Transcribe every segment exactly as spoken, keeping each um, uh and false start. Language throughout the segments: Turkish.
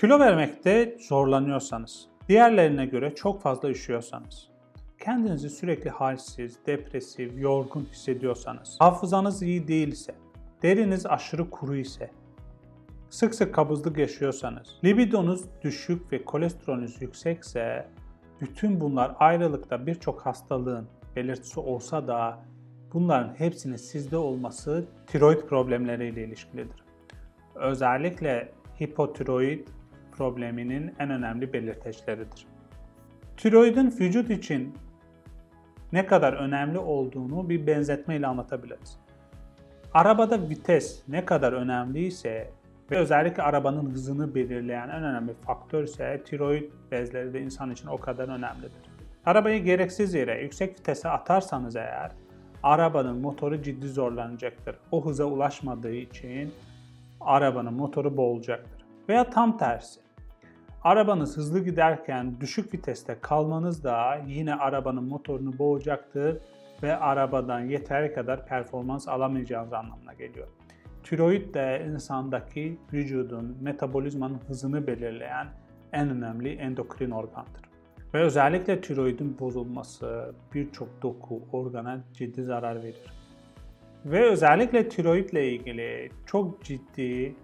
Kilo vermekte zorlanıyorsanız, diğerlerine göre çok fazla üşüyorsanız, kendinizi sürekli halsiz, depresif, yorgun hissediyorsanız, hafızanız iyi değilse, deriniz aşırı kuru ise, sık sık kabızlık yaşıyorsanız, libidonuz düşük ve kolesterolünüz yüksekse, bütün bunlar ayrılıkta birçok hastalığın belirtisi olsa da bunların hepsinin sizde olması tiroid problemleriyle ilişkilidir. Özellikle hipotiroid probleminin en önemli belirteçleridir. Tiroidin vücut için ne kadar önemli olduğunu bir benzetmeyle anlatabiliriz. Arabada vites ne kadar önemliyse ve özellikle arabanın hızını belirleyen en önemli faktör ise tiroid bezleri de insan için o kadar önemlidir. Arabayı gereksiz yere yüksek vitese atarsanız eğer arabanın motoru ciddi zorlanacaktır. O hıza ulaşmadığı için arabanın motoru boğulacaktır. Veya tam tersi. Arabanız hızlı giderken düşük viteste kalmanız da yine arabanın motorunu boğacaktır ve arabadan yeteri kadar performans alamayacağınız anlamına geliyor. Tiroid de insandaki vücudun metabolizmanın hızını belirleyen en önemli endokrin organdır. Ve özellikle tiroidin bozulması birçok doku, organa ciddi zarar verir. Ve özellikle tiroidle ilgili çok ciddi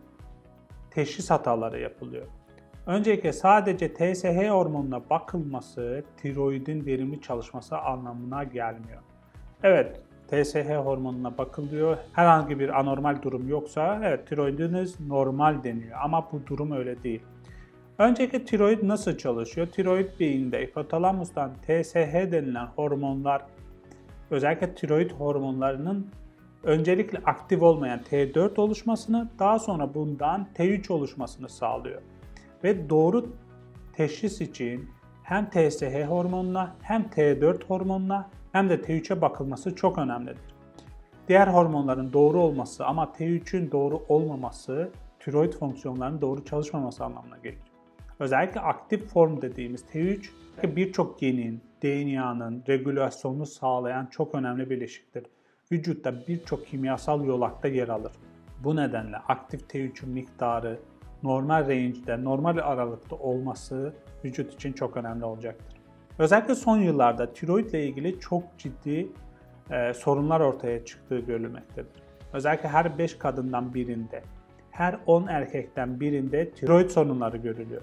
teşhis hataları yapılıyor. Öncelikle sadece T S H hormonuna bakılması tiroidin verimli çalışması anlamına gelmiyor. Evet, T S H hormonuna bakılıyor. Herhangi bir anormal durum yoksa evet tiroidiniz normal deniyor ama bu durum öyle değil. Öncelikle tiroid nasıl çalışıyor? Tiroid beyinde hipotalamustan T S H denilen hormonlar, özellikle tiroid hormonlarının öncelikle aktif olmayan T dört oluşmasını, daha sonra bundan T üç oluşmasını sağlıyor. Ve doğru teşhis için hem T S H hormonuna hem T dört hormonuna hem de T üçe bakılması çok önemlidir. Diğer hormonların doğru olması ama T üçün doğru olmaması tiroid fonksiyonlarının doğru çalışmaması anlamına gelir. Özellikle aktif form dediğimiz T üç birçok genin, D N A'nın regülasyonunu sağlayan çok önemli bileşiktir. Vücutta birçok kimyasal yolakta yer alır. Bu nedenle aktif T üçün miktarı normal range'de, normal aralıkta olması vücut için çok önemli olacaktır. Özellikle son yıllarda tiroid ile ilgili çok ciddi e, sorunlar ortaya çıktığı görülmektedir. Özellikle her beş kadından birinde, her on erkekten birinde tiroid sorunları görülüyor.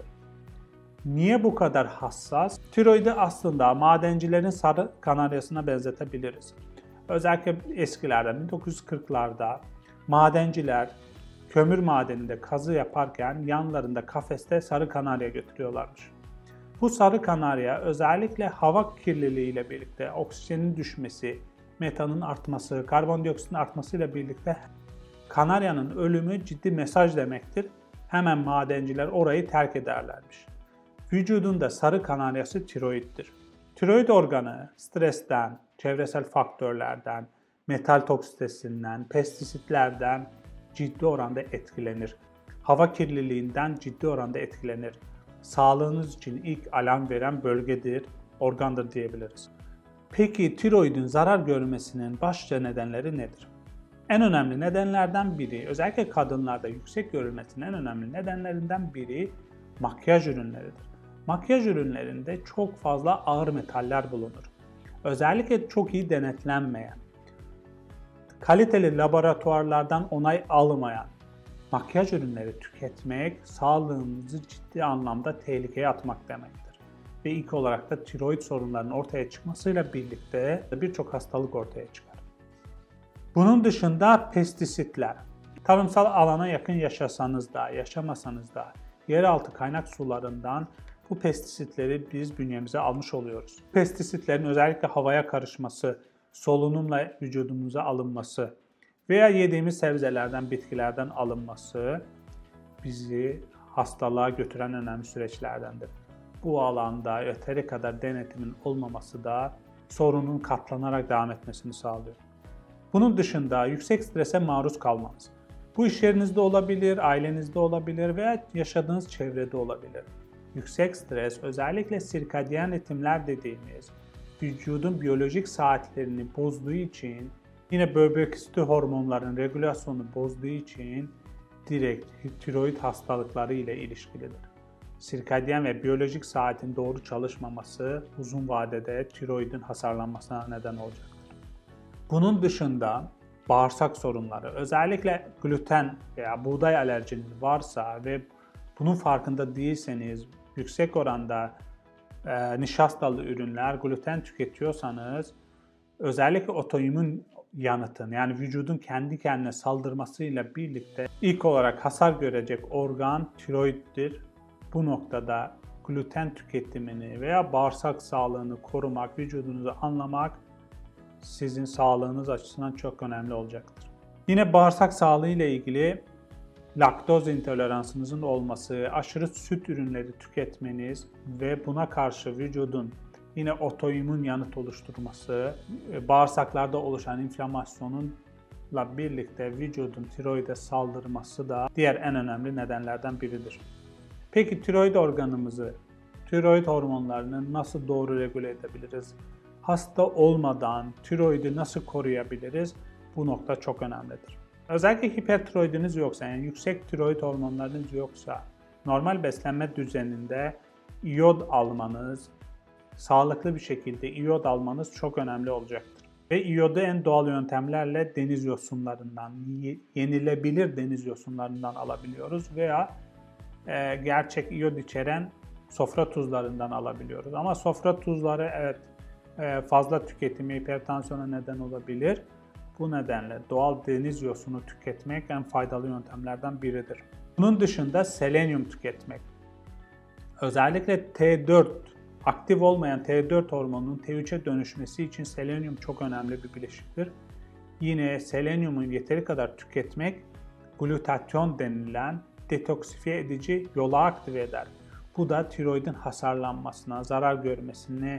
Niye bu kadar hassas? Tiroidi aslında madencilerin sarı kanaryasına benzetebiliriz. Özellikle eskilerden bin dokuz yüz kırklarda madenciler kömür madeninde kazı yaparken yanlarında kafeste sarı kanarya götürüyorlarmış. Bu sarı kanarya özellikle hava kirliliği ile birlikte oksijenin düşmesi, metanın artması, karbondioksitin artmasıyla birlikte kanaryanın ölümü ciddi mesaj demektir. Hemen madenciler orayı terk ederlermiş. Vücudun da sarı kanaryası tiroiddir. Tiroid organı stresten, çevresel faktörlerden, metal toksitesinden, pestisitlerden ciddi oranda etkilenir. Hava kirliliğinden ciddi oranda etkilenir. Sağlığınız için ilk alarm veren bölgedir, organdır diyebiliriz. Peki tiroidin zarar görmesinin başlıca nedenleri nedir? En önemli nedenlerden biri, özellikle kadınlarda yüksek görülmesinin en önemli nedenlerinden biri makyaj ürünleridir. Makyaj ürünlerinde çok fazla ağır metaller bulunur. Özellikle çok iyi denetlenmeyen, kaliteli laboratuvarlardan onay almayan makyaj ürünleri tüketmek sağlığınızı ciddi anlamda tehlikeye atmak demektir. Ve ilk olarak da tiroid sorunlarının ortaya çıkmasıyla birlikte birçok hastalık ortaya çıkar. Bunun dışında pestisitler. Tarımsal alana yakın yaşasanız da, yaşamasanız da yeraltı kaynak sularından bu pestisitleri biz bünyemize almış oluyoruz. Pestisitlerin özellikle havaya karışması, solunumla vücudumuza alınması veya yediğimiz sebzelerden, bitkilerden alınması bizi hastalığa götüren önemli süreçlerdendir. Bu alanda yeteri kadar denetimin olmaması da sorunun katlanarak devam etmesini sağlıyor. Bunun dışında yüksek strese maruz kalmanız. Bu iş yerinizde olabilir, ailenizde olabilir veya yaşadığınız çevrede olabilir. Yüksek stres özellikle sirkadiyen ritimler dediğimiz vücudun biyolojik saatlerini bozduğu için, yine böbrek üstü hormonların regülasyonunu bozduğu için direkt tiroid hastalıkları ile ilişkilidir. sirkadyen ve biyolojik saatin doğru çalışmaması uzun vadede tiroidin hasarlanmasına neden olacaktır. Bunun dışında bağırsak sorunları, özellikle gluten veya buğday alerjiniz varsa ve bunun farkında değilseniz, yüksek oranda e, nişastalı ürünler, gluten tüketiyorsanız, özellikle otoimmün yanıtın, yani vücudun kendi kendine saldırmasıyla birlikte ilk olarak hasar görecek organ tiroiddir. Bu noktada gluten tüketimini veya bağırsak sağlığını korumak, vücudunuzu anlamak sizin sağlığınız açısından çok önemli olacaktır. Yine bağırsak sağlığı ile ilgili laktoz intoleransınızın olması, aşırı süt ürünleri tüketmeniz ve buna karşı vücudun yine otoimmün yanıt oluşturması, bağırsaklarda oluşan inflamasyonunla birlikte vücudun tiroide saldırması da diğer en önemli nedenlerden biridir. Peki tiroid organımızı, tiroid hormonlarını nasıl doğru regüle edebiliriz? Hasta olmadan tiroidi nasıl koruyabiliriz? Bu nokta çok önemlidir. Özellikle hipertiroidiniz yoksa, yani yüksek tiroid hormonlarınız yoksa, normal beslenme düzeninde iyod almanız, sağlıklı bir şekilde iyod almanız çok önemli olacaktır. Ve iyodu en doğal yöntemlerle deniz yosunlarından, yenilebilir deniz yosunlarından alabiliyoruz veya e, gerçek iyod içeren sofra tuzlarından alabiliyoruz. Ama sofra tuzları evet e, fazla tüketimi hipertansiyona neden olabilir. Bu nedenle doğal deniz yosunu tüketmek en faydalı yöntemlerden biridir. Bunun dışında selenyum tüketmek. Özellikle T dört, aktif olmayan T dört hormonunun T üçe dönüşmesi için selenyum çok önemli bir bileşiktir. Yine selenyumu yeteri kadar tüketmek glutatyon denilen detoksifiye edici yolu aktive eder. Bu da tiroidin hasarlanmasına, zarar görmesine,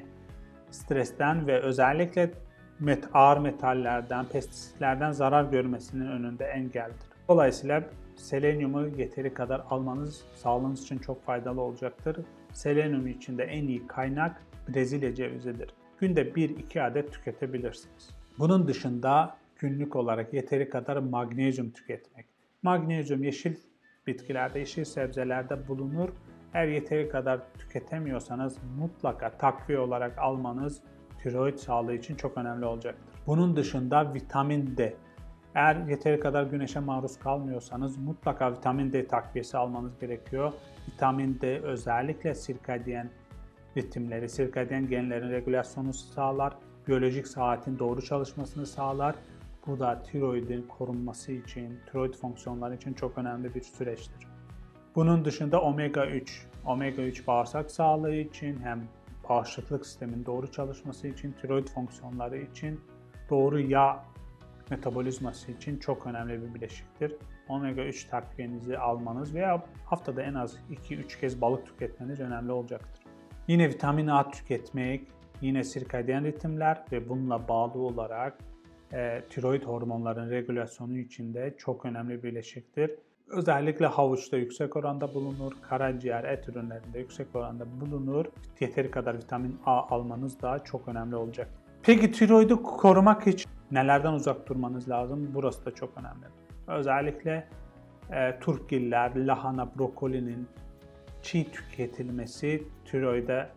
stresten ve özellikle met ağır metallerden, pestisitlerden zarar görmesinin önünde engeldir. Dolayısıyla selenyumu yeteri kadar almanız sağlığınız için çok faydalı olacaktır. Selenyum için de en iyi kaynak Brezilya cevizidir. Günde bir iki adet tüketebilirsiniz. Bunun dışında günlük olarak yeteri kadar magnezyum tüketmek. Magnezyum yeşil bitkilerde, yeşil sebzelerde bulunur. Eğer yeteri kadar tüketemiyorsanız mutlaka takviye olarak almanız tiroid sağlığı için çok önemli olacaktır. Bunun dışında vitamin D. Eğer yeteri kadar güneşe maruz kalmıyorsanız mutlaka vitamin D takviyesi almanız gerekiyor. Vitamin D özellikle sirkadyen ritimleri, sirkadyen genlerin regülasyonunu sağlar, biyolojik saatin doğru çalışmasını sağlar. Bu da tiroidin korunması için, tiroid fonksiyonları için çok önemli bir süreçtir. Bunun dışında omega üç. Omega üç bağırsak sağlığı için hem bağışıklık sistemin doğru çalışması için, tiroid fonksiyonları için, doğru yağ metabolizması için çok önemli bir bileşiktir. omega üç takviyenizi almanız veya haftada en az iki üç kez balık tüketmeniz önemli olacaktır. Yine vitamin A tüketmek, yine sirkadyen ritimler ve bununla bağlı olarak e, tiroid hormonların regülasyonu için de çok önemli bir bileşiktir. Özellikle havuçta yüksek oranda bulunur, karaciğer, et ürünlerinde yüksek oranda bulunur. Yeteri kadar vitamin A almanız da çok önemli olacak. Peki tiroidi korumak için nelerden uzak durmanız lazım? Burası da çok önemli. Özellikle e, turpgiller, lahana, brokolinin çiğ tüketilmesi tiroide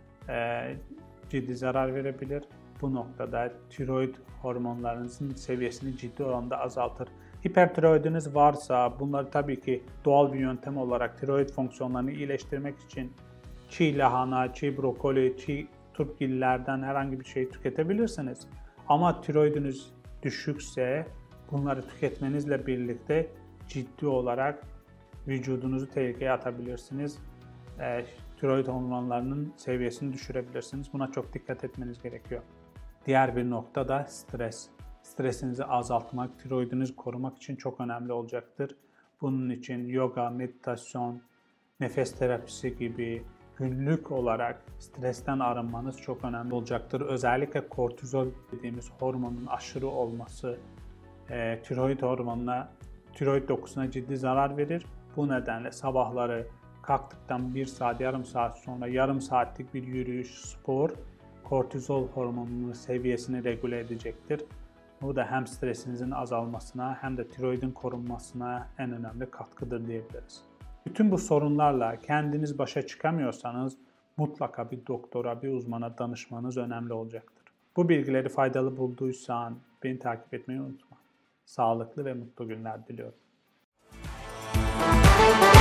e, ciddi zarar verebilir. Bu noktada tiroid hormonlarınızın seviyesini ciddi oranda azaltır. Hipertiroidiniz varsa bunları tabii ki doğal bir yöntem olarak tiroid fonksiyonlarını iyileştirmek için çiğ lahana, çiğ brokoli, çiğ turpgillerden herhangi bir şey tüketebilirsiniz. Ama tiroidiniz düşükse bunları tüketmenizle birlikte ciddi olarak vücudunuzu tehlikeye atabilirsiniz. E, tiroid hormonlarının seviyesini düşürebilirsiniz. Buna çok dikkat etmeniz gerekiyor. Diğer bir nokta da stres. Stresinizi azaltmak, tiroidinizi korumak için çok önemli olacaktır. Bunun için yoga, meditasyon, nefes terapisi gibi günlük olarak stresten arınmanız çok önemli olacaktır. Özellikle kortizol dediğimiz hormonun aşırı olması e, tiroid hormonuna, tiroid dokusuna ciddi zarar verir. Bu nedenle sabahları kalktıktan bir saat, yarım saat sonra yarım saatlik bir yürüyüş, spor, kortizol hormonunun seviyesini regüle edecektir. Bu da hem stresinizin azalmasına hem de tiroidin korunmasına en önemli katkıdır diyebiliriz. Bütün bu sorunlarla kendiniz başa çıkamıyorsanız mutlaka bir doktora, bir uzmana danışmanız önemli olacaktır. Bu bilgileri faydalı bulduysan beni takip etmeyi unutma. Sağlıklı ve mutlu günler diliyorum.